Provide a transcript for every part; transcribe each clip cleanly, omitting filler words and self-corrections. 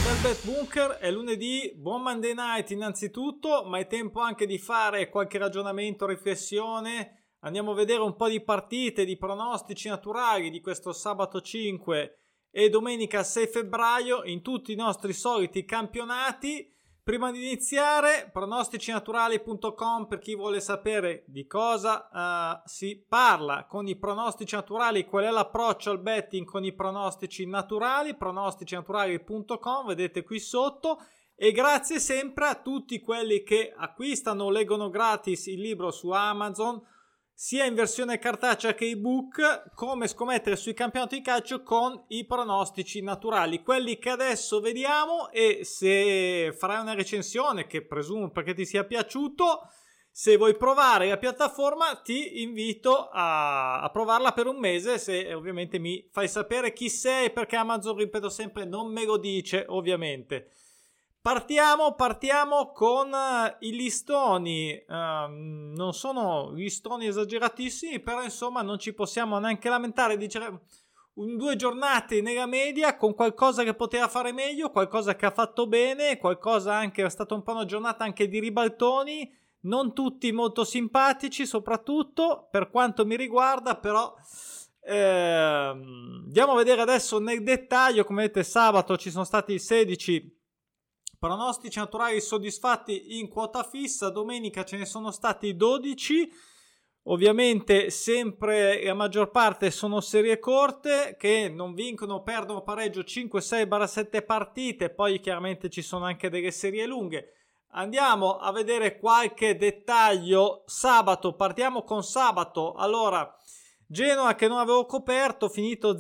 del Bet Bunker, è lunedì, buon Monday night innanzitutto, ma è tempo anche di fare qualche ragionamento, riflessione. Andiamo a vedere un po' di partite, di pronostici naturali di questo sabato 5 e domenica 6 febbraio in tutti i nostri soliti campionati. Prima di iniziare, pronosticinaturali.com per chi vuole sapere di cosa si parla con i pronostici naturali, qual è l'approccio al betting con i pronostici naturali, pronosticinaturali.com, vedete qui sotto. E grazie sempre a tutti quelli che acquistano o leggono gratis il libro su Amazon, sia in versione cartacea che ebook, come scommettere sui campionati di calcio con i pronostici naturali, quelli che adesso vediamo. E se farai una recensione, che presumo perché ti sia piaciuto, se vuoi provare la piattaforma ti invito a provarla per un mese, se ovviamente mi fai sapere chi sei, perché Amazon, ripeto sempre, non me lo dice ovviamente. Partiamo con i listoni. Non sono listoni esageratissimi, però insomma non ci possiamo neanche lamentare. Dice 2 giornate nella media con qualcosa che poteva fare meglio, qualcosa che ha fatto bene, qualcosa anche, è stata un po' una giornata anche di ribaltoni, non tutti molto simpatici, soprattutto per quanto mi riguarda, però andiamo a vedere adesso nel dettaglio. Come vedete, sabato ci sono stati 16 pronostici naturali soddisfatti in quota fissa, domenica ce ne sono stati 12, ovviamente sempre la maggior parte sono serie corte che non vincono, perdono, pareggio 5, 6/7 partite, poi chiaramente ci sono anche delle serie lunghe. Andiamo a vedere qualche dettaglio. Sabato, partiamo con sabato. Allora, Genoa che non avevo coperto, finito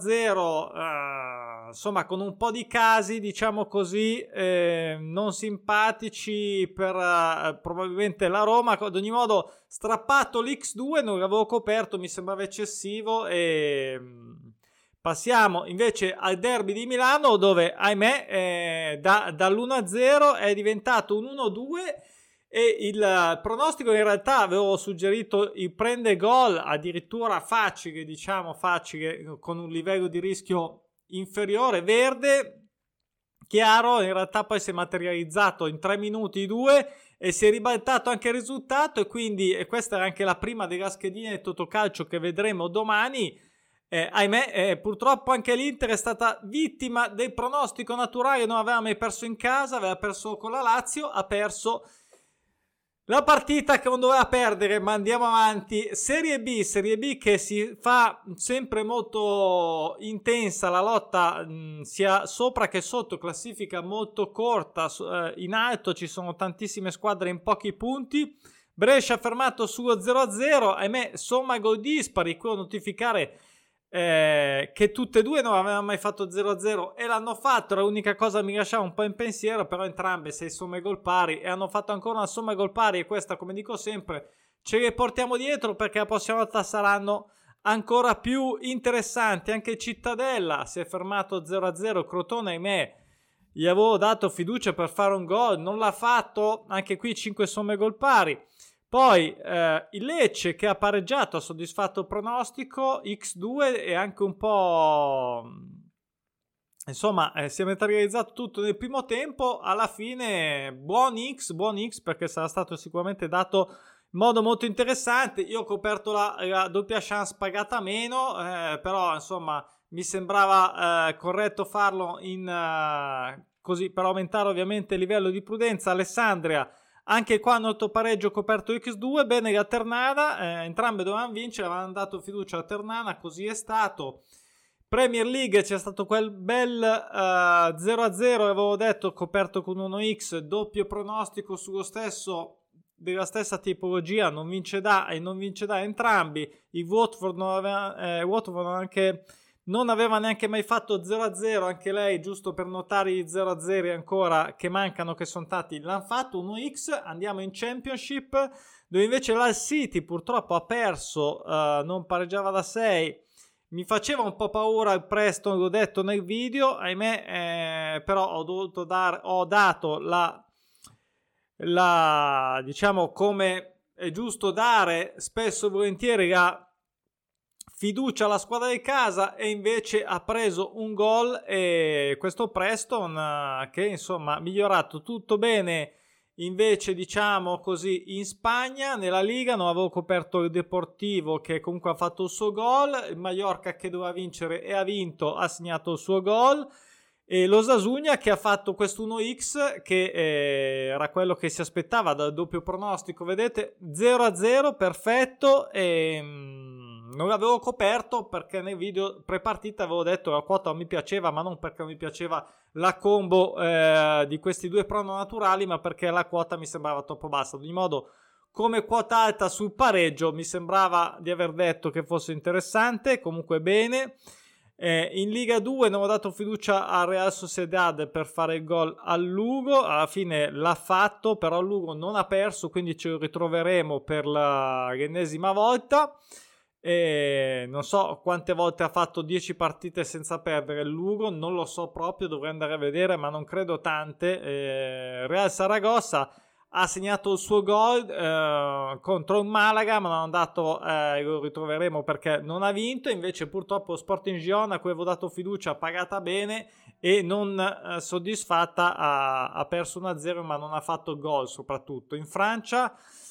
0-0, insomma con un po' di casi, diciamo così, non simpatici per probabilmente la Roma. Ad ogni modo, strappato l'X2, non l'avevo coperto, mi sembrava eccessivo. E passiamo invece al derby di Milano, dove ahimè dall'1-0 è diventato un 1-2. E il pronostico, in realtà avevo suggerito il prende gol addirittura facile, diciamo facile, con un livello di rischio inferiore, verde chiaro. In realtà poi si è materializzato in 3 minuti 2 e si è ribaltato anche il risultato, e quindi questa era anche la prima della schedina di Totocalcio che vedremo domani. Ahimè, purtroppo anche l'Inter è stata vittima del pronostico naturale, non aveva mai perso in casa, aveva perso con la Lazio, ha perso la partita che non doveva perdere. Ma andiamo avanti. Serie B che si fa sempre molto intensa la lotta, sia sopra che sotto, classifica molto corta, in alto ci sono tantissime squadre in pochi punti. Brescia ha fermato sullo 0-0, ahimè somma gol dispari, qui devo notificare che tutte e due non avevano mai fatto 0-0 e l'hanno fatto. L'unica cosa mi lasciava un po' in pensiero, però entrambe 6 somme gol pari, e hanno fatto ancora una somma gol pari, e questa, come dico sempre, ce le portiamo dietro perché la prossima volta saranno ancora più interessanti. Anche Cittadella si è fermato 0-0, Crotone ahimè gli avevo dato fiducia per fare un gol, non l'ha fatto, anche qui 5 somme gol pari. Poi il Lecce che ha pareggiato, ha soddisfatto il pronostico, X2, e anche un po', insomma, si è materializzato tutto nel primo tempo. Alla fine buon X, perché sarà stato sicuramente dato in modo molto interessante. Io ho coperto la doppia chance pagata meno, però insomma mi sembrava corretto farlo così, per aumentare ovviamente il livello di prudenza. Alessandria anche qua noto pareggio, coperto X2. Bene la Ternana, entrambe dovevano vincere, avevano dato fiducia alla Ternana, così è stato. Premier League c'è stato quel bel 0-0, avevo detto, coperto con 1x, doppio pronostico sullo stesso, della stessa tipologia, non vince da e non vince da entrambi. Il Watford non aveva neanche mai fatto 0-0, anche lei, giusto per notare i 0-0 ancora che mancano, che sono stati, l'hanno fatto 1x. Andiamo in Championship, dove invece l'Hull City purtroppo ha perso, non pareggiava da 6. Mi faceva un po' paura il Preston, l'ho detto nel video, ahimè, però ho dato diciamo, come è giusto dare spesso e volentieri, fiducia alla squadra di casa e invece ha preso un gol, e questo Preston che insomma ha migliorato tutto bene. Invece diciamo così in Spagna nella Liga non avevo coperto il Deportivo, che comunque ha fatto il suo gol, il Mallorca che doveva vincere e ha vinto, ha segnato il suo gol, e lo Sassuolo che ha fatto questo 1x che era quello che si aspettava dal doppio pronostico, vedete, 0-0 perfetto. E non l'avevo coperto perché nel video pre-partita avevo detto che la quota mi piaceva, ma non perché mi piaceva la combo di questi due prono naturali, ma perché la quota mi sembrava troppo bassa. Ad ogni modo, come quota alta sul pareggio mi sembrava di aver detto che fosse interessante, comunque bene. In Liga 2 non ho dato fiducia a Real Sociedad per fare il gol al Lugo, alla fine l'ha fatto, però il Lugo non ha perso, quindi ci ritroveremo per l'ennesima volta. Non so quante volte ha fatto 10 partite senza perdere il Lugo, non lo so proprio, dovrei andare a vedere, ma non credo tante. Real Saragossa ha segnato il suo gol contro il Malaga, ma non è andato, lo ritroveremo perché non ha vinto. Invece purtroppo Sporting Gijón, a cui avevo dato fiducia, pagata bene e non soddisfatta, ha perso 1-0, ma non ha fatto gol soprattutto. In Francia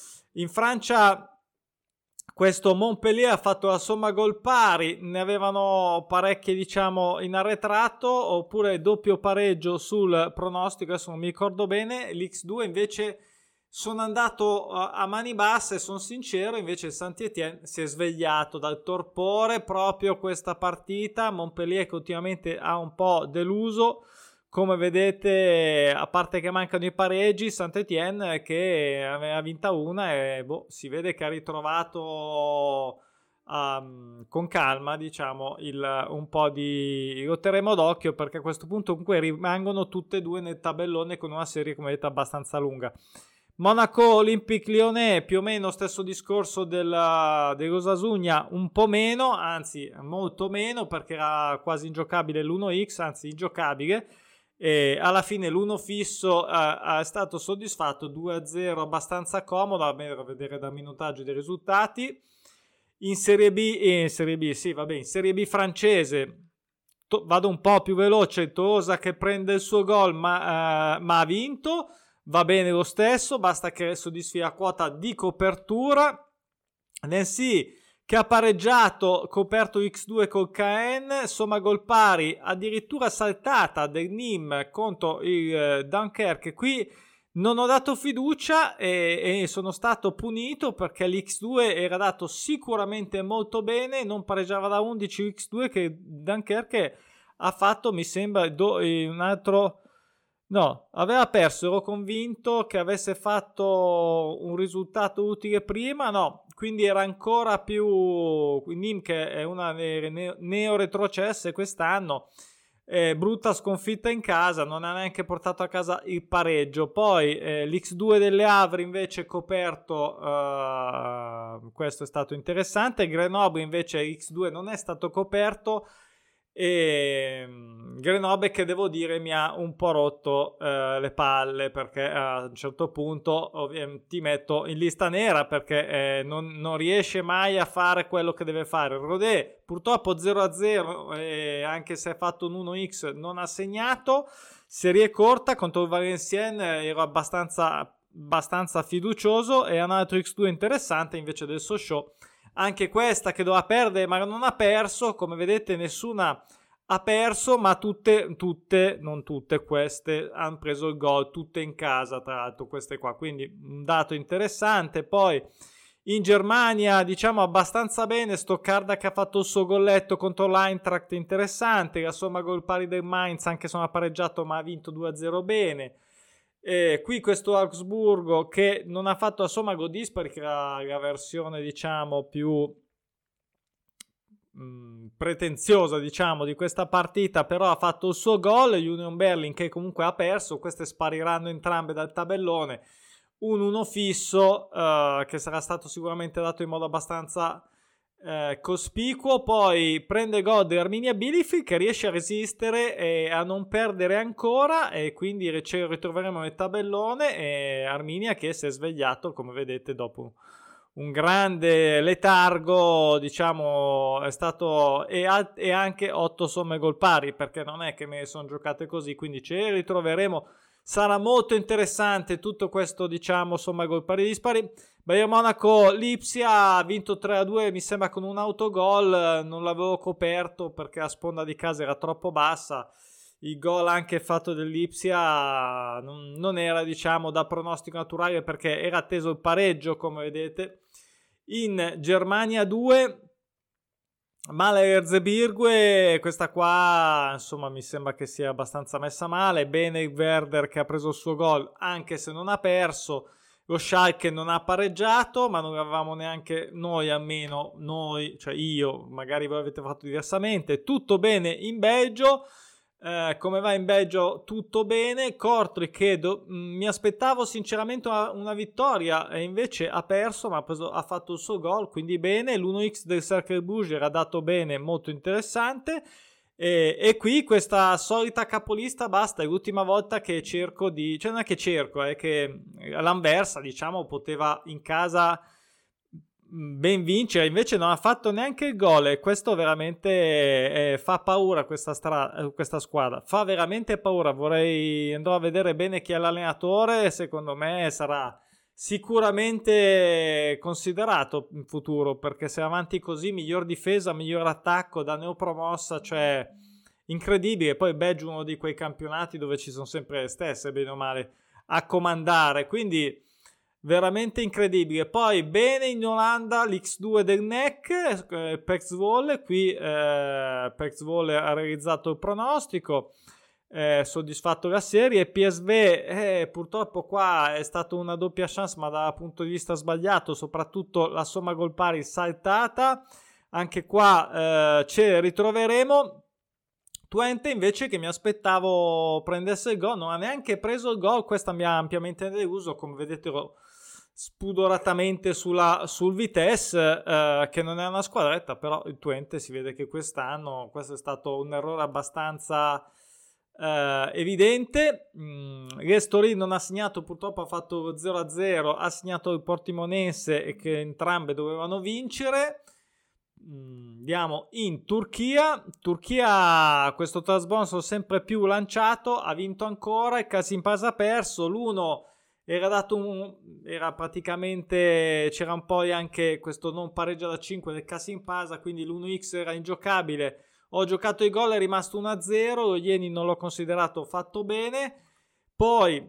questo Montpellier ha fatto la somma gol pari, ne avevano parecchie diciamo in arretrato, oppure doppio pareggio sul pronostico, adesso non mi ricordo bene. L'X2 invece sono andato a mani basse, sono sincero, invece il Saint-Étienne si è svegliato dal torpore proprio questa partita. Montpellier che ultimamente ha un po' deluso, come vedete, a parte che mancano i pareggi, Saint-Étienne che aveva vinta una e si vede che ha ritrovato con calma diciamo un po' di lotteremo d'occhio, perché a questo punto comunque rimangono tutte e due nel tabellone con una serie come vedete abbastanza lunga. Monaco Olympique Lyonnais più o meno stesso discorso dello Sassuolo, un po' meno, anzi molto meno, perché era quasi ingiocabile l'1x, anzi ingiocabile, e alla fine l'1 fisso è stato soddisfatto, 2-0 abbastanza comodo a vedere dal minutaggio dei risultati. In Serie B in Serie B francese vado un po' più veloce. Tosa che prende il suo gol ma ha vinto, va bene lo stesso, basta che soddisfi la quota di copertura. Nancy che ha pareggiato, coperto X2 col KN, somma gol pari, addirittura saltata del Nîmes contro il Dunkerque. Qui non ho dato fiducia e sono stato punito perché l'X2 era dato sicuramente molto bene, non pareggiava da 11 X2 che Dunkerque ha fatto, mi sembra, un altro... No, aveva perso, ero convinto che avesse fatto un risultato utile prima, no, quindi era ancora più... Nîmes che è una delle neo-retrocesse quest'anno, brutta sconfitta in casa, non ha neanche portato a casa il pareggio. Poi l'X2 delle Havre invece coperto, questo è stato interessante. Grenoble invece X2 non è stato coperto, e Grenoble che devo dire mi ha un po' rotto le palle, perché a un certo punto ti metto in lista nera perché non riesce mai a fare quello che deve fare. Rodé purtroppo 0-0, anche se ha fatto un 1x non ha segnato. Serie corta contro il Valenciennes ero abbastanza fiducioso, e un altro X2 interessante invece del Sochaux. Anche questa che doveva perdere ma non ha perso, come vedete nessuna ha perso, ma tutte, non tutte queste hanno preso il gol, tutte in casa tra l'altro queste qua, quindi un dato interessante. Poi in Germania diciamo abbastanza bene, Stoccarda che ha fatto il suo golletto contro l'Eintracht, interessante, la somma gol pari del Mainz, anche se non ha pareggiato ma ha vinto 2-0 bene. Qui questo Augsburgo che non ha fatto la somma gol dispari, che era la versione diciamo più pretenziosa diciamo di questa partita, però ha fatto il suo gol. Union Berlin che comunque ha perso, queste spariranno entrambe dal tabellone. Un 1 fisso che sarà stato sicuramente dato in modo abbastanza cospicuo. Poi prende gol di Arminia Bielefeld che riesce a resistere e a non perdere ancora, e quindi ci ritroveremo nel tabellone, e Arminia che si è svegliato come vedete dopo un grande letargo, diciamo, è stato, e anche 8 somme gol pari, perché non è che me ne sono giocate così, quindi ce le ritroveremo. Sarà molto interessante tutto questo, diciamo, somma gol pari dispari. Bayern Monaco, Lipsia ha vinto 3-2, mi sembra con un autogol, non l'avevo coperto perché la sponda di casa era troppo bassa. Il gol anche fatto dell'Ipsia non era, diciamo, da pronostico naturale, perché era atteso il pareggio, come vedete. In Germania 2, Male-Erzgebirge, questa qua insomma mi sembra che sia abbastanza messa male. Bene il Werder che ha preso il suo gol anche se non ha perso. Lo Schalke non ha pareggiato, ma non avevamo neanche noi, almeno noi, cioè io, magari voi avete fatto diversamente. Tutto bene in Belgio. Come va in Belgio? Tutto bene. Kortrijk che mi aspettavo sinceramente una vittoria e invece ha perso, ma ha fatto il suo gol, quindi bene. L'1x del Cercle Bruges era dato bene, molto interessante. E qui questa solita capolista basta, è l'ultima volta che cerco di, cioè non è che cerco, è che l'Anversa, diciamo, poteva in casa ben vincere, invece non ha fatto neanche il gol, e questo veramente fa paura. Questa squadra fa veramente paura. Andrò a vedere bene chi è l'allenatore, secondo me sarà sicuramente considerato in futuro, perché se avanti così, miglior difesa, miglior attacco da neopromossa, cioè incredibile. Poi Belgio è uno di quei campionati dove ci sono sempre le stesse, bene o male, a comandare, quindi veramente incredibile. Poi bene in Olanda l'X2 del NEC, Pek Zwolle, qui Pek Zwolle ha realizzato il pronostico, soddisfatto la serie. PSV purtroppo qua è stata una doppia chance, ma dal punto di vista sbagliato, soprattutto la somma gol pari saltata. Anche qua ce ritroveremo. Twente invece, che mi aspettavo prendesse il gol, non ha neanche preso il gol. Questa mi ha ampiamente deluso, come vedete spudoratamente sul Vitesse, che non è una squadretta, però il Twente si vede che quest'anno questo è stato un errore abbastanza evidente. L'estorì non ha segnato, purtroppo ha fatto 0-0, ha segnato il Portimonense, e che entrambe dovevano vincere. Andiamo in Turchia. Questo trasborso sempre più lanciato, ha vinto ancora. Il Kasimpas ha perso. L'1 era praticamente, c'era un po' anche questo non pareggio da 5 del Kasimpasa, quindi l'1x era ingiocabile. Ho giocato i gol, è rimasto 1-0. Lo Ieni non l'ho considerato fatto bene. Poi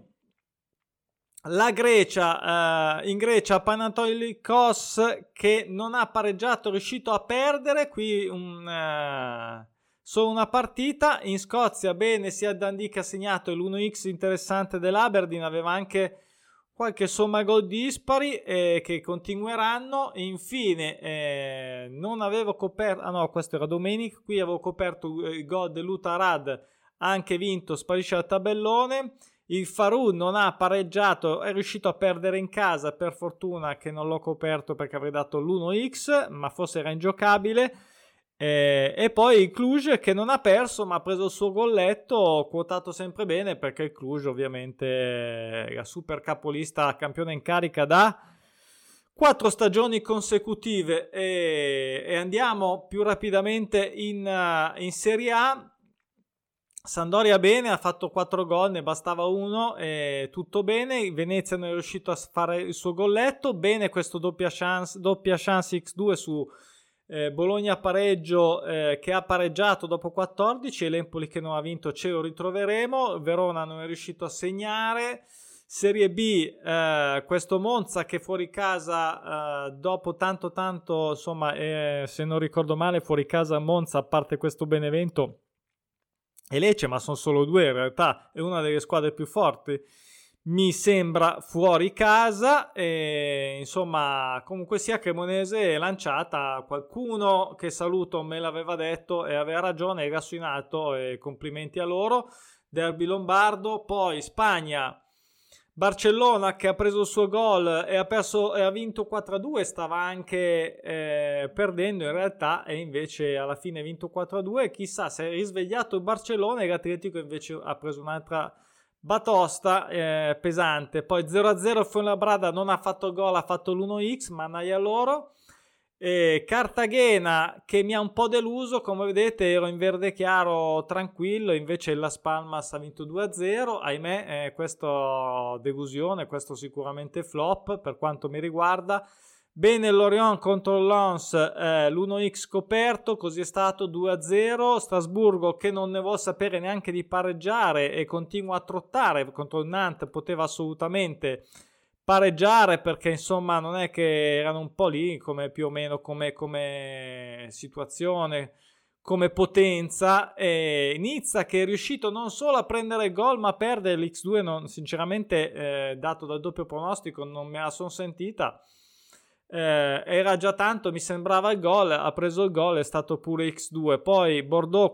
la Grecia, in Grecia Panathinaikos che non ha pareggiato, è riuscito a perdere qui solo una partita. In Scozia bene sia Dundee che ha segnato, l'1x interessante dell'Aberdeen, aveva anche qualche somma gol dispari che continueranno. E infine non avevo coperto, questo era domenica, qui avevo coperto il gol dell'Utarad, anche vinto, sparisce dal tabellone. Il Faru non ha pareggiato, è riuscito a perdere in casa, per fortuna che non l'ho coperto perché avrei dato l'1x, ma forse era ingiocabile. E poi il Cluj che non ha perso, ma ha preso il suo golletto, quotato sempre bene, perché il Cluj ovviamente è la super capolista, campione in carica da 4 stagioni consecutive. E andiamo più rapidamente in Serie A. Sampdoria bene, ha fatto 4 gol, ne bastava uno, tutto bene. Venezia non è riuscito a fare il suo golletto. Bene questo doppia chance X2 su Bologna pareggio, che ha pareggiato dopo 14, e l'Empoli che non ha vinto, ce lo ritroveremo. Verona non è riuscito a segnare. Serie B, questo Monza che fuori casa, dopo tanto insomma, se non ricordo male, fuori casa Monza, a parte questo Benevento e Lecce, ma sono solo due, in realtà è una delle squadre più forti, mi sembra, fuori casa. E insomma, comunque sia, Cremonese è lanciata. Qualcuno che saluto me l'aveva detto e aveva ragione, era su in alto, e complimenti a loro. Derby lombardo. Poi Spagna, Barcellona che ha preso il suo gol e ha vinto 4-2, stava anche perdendo in realtà, e invece alla fine ha vinto 4-2. Chissà se è risvegliato il Barcellona, e l'Atletico invece ha preso un'altra batosta, pesante. Poi 0-0 Fuenlabrada non ha fatto gol, ha fatto l'1x, mannaia loro. Cartagena che mi ha un po' deluso, come vedete ero in verde chiaro tranquillo, invece il Las Palmas ha vinto 2-0, ahimè, questo delusione, questo sicuramente flop per quanto mi riguarda. Bene l'Orient contro il Lens, l'1x coperto, così è stato 2-0. Strasburgo che non ne vuol sapere neanche di pareggiare e continua a trottare contro il Nantes, poteva assolutamente pareggiare perché insomma non è che erano un po' lì come più o meno come situazione, come potenza. E Nizza che è riuscito non solo a prendere il gol ma a perdere l'X2, sinceramente dato dal doppio pronostico non me la sono sentita. Era già tanto, mi sembrava il gol, ha preso il gol, è stato pure X2. Poi Bordeaux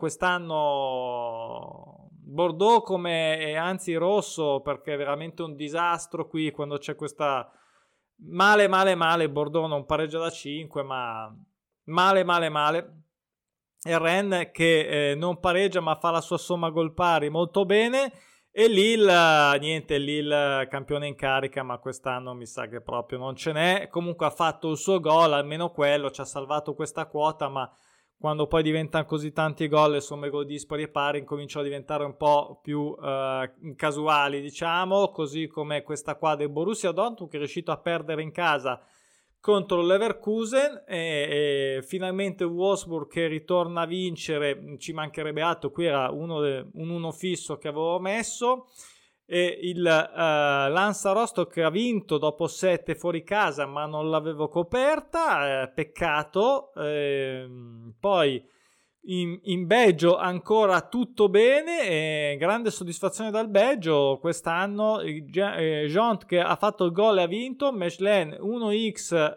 quest'anno, Bordeaux come anzi rosso, perché è veramente un disastro qui quando c'è questa male Bordeaux non pareggia da 5, ma male. E Rennes che non pareggia ma fa la sua somma gol pari molto bene. E Lille, niente, Lille campione in carica, ma quest'anno mi sa che proprio non ce n'è. Comunque ha fatto il suo gol, almeno quello, ci ha salvato questa quota, ma quando poi diventano così tanti gol, insomma i gol dispari e pari incominciano a diventare un po' più casuali, diciamo, così come questa qua del Borussia Dortmund che è riuscito a perdere in casa contro il Leverkusen e finalmente Wolfsburg che ritorna a vincere, ci mancherebbe altro, qui era un 1 fisso che avevo messo, e il Hansa Rostock che ha vinto dopo 7 fuori casa ma non l'avevo coperta, peccato. Poi in Belgio ancora tutto bene, grande soddisfazione dal Belgio quest'anno. Jont che ha fatto il gol e ha vinto. Mechelen 1x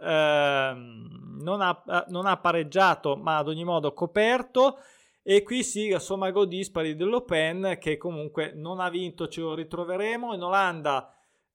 non ha pareggiato ma ad ogni modo coperto, e qui sì, insomma gol dispari dell'Open che comunque non ha vinto, ce lo ritroveremo. In Olanda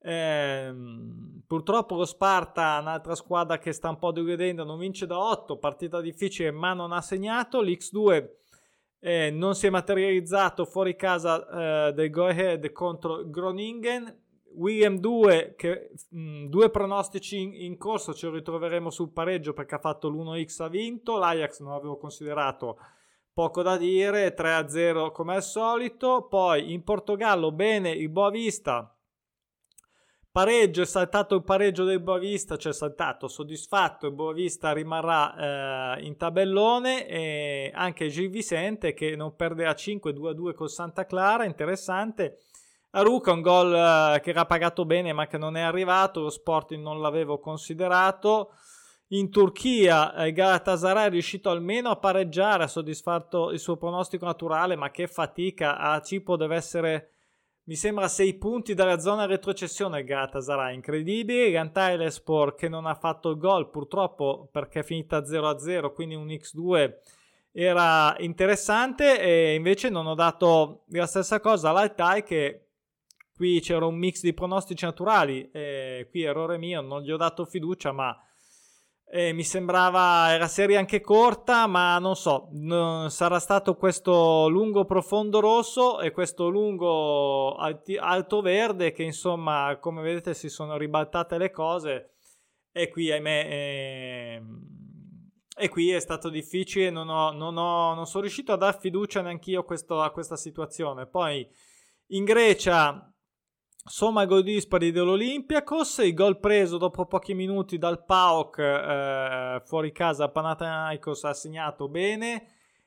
purtroppo lo Sparta, un'altra squadra che sta un po' degradando, non vince da 8, partita difficile ma non ha segnato. L'X2 non si è materializzato fuori casa del go ahead contro Groningen. William 2 che due pronostici in corso ce lo ritroveremo sul pareggio perché ha fatto l'1x, ha vinto. L'Ajax non l'avevo considerato, poco da dire, 3-0 come al solito. Poi in Portogallo bene il Boavista, pareggio, è saltato il pareggio del Boavista, cioè saltato, soddisfatto, il Boavista rimarrà in tabellone, e anche Gil Vicente che non perde a 5, 2-2 col Santa Clara, interessante. Aruca un gol che era pagato bene ma che non è arrivato, lo Sporting non l'avevo considerato. In Turchia Galatasaray è riuscito almeno a pareggiare, ha soddisfatto il suo pronostico naturale, ma che fatica, a Cipro deve essere, mi sembra, 6 punti dalla zona retrocessione il Galatasaray, incredibile. Antalyaspor che non ha fatto il gol purtroppo perché è finita 0-0, quindi un X2 era interessante, e invece non ho dato la stessa cosa all'Altai, che qui c'era un mix di pronostici naturali, qui errore mio, non gli ho dato fiducia, ma mi sembrava, era serie anche corta, ma non so, sarà stato questo lungo profondo rosso e questo lungo alto verde che insomma, come vedete, si sono ribaltate le cose, e qui ahimè e qui è stato difficile, non sono riuscito a dar fiducia neanch'io a questa situazione. Poi in Grecia somma gol dispari dell'Olympiakos, il gol preso dopo pochi minuti dal PAOK fuori casa, Panathinaikos ha segnato bene.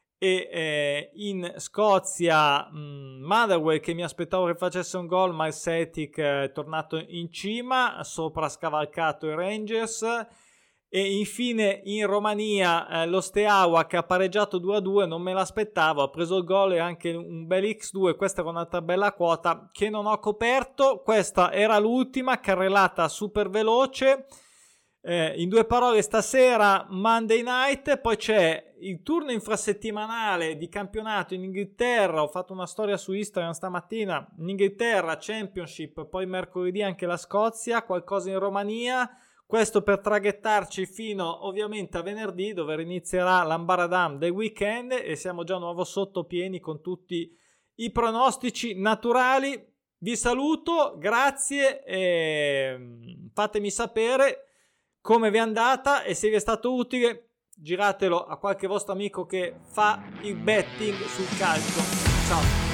E in Scozia Motherwell che mi aspettavo che facesse un gol, ma il Celtic è tornato in cima, sopra scavalcato i Rangers. E infine in Romania lo Steaua che ha pareggiato 2-2, non me l'aspettavo, ha preso il gol e anche un bel X2, questa era un'altra bella quota che non ho coperto. Questa era l'ultima carrellata super veloce. In due parole, stasera Monday Night, poi c'è il turno infrasettimanale di campionato in Inghilterra, ho fatto una storia su Instagram stamattina, in Inghilterra Championship, poi mercoledì anche la Scozia, qualcosa in Romania. Questo per traghettarci fino ovviamente a venerdì, dove inizierà l'ambaradam del weekend, e siamo già nuovo sottopieni con tutti i pronostici naturali. Vi saluto, grazie, fatemi sapere come vi è andata e se vi è stato utile giratelo a qualche vostro amico che fa il betting sul calcio. Ciao.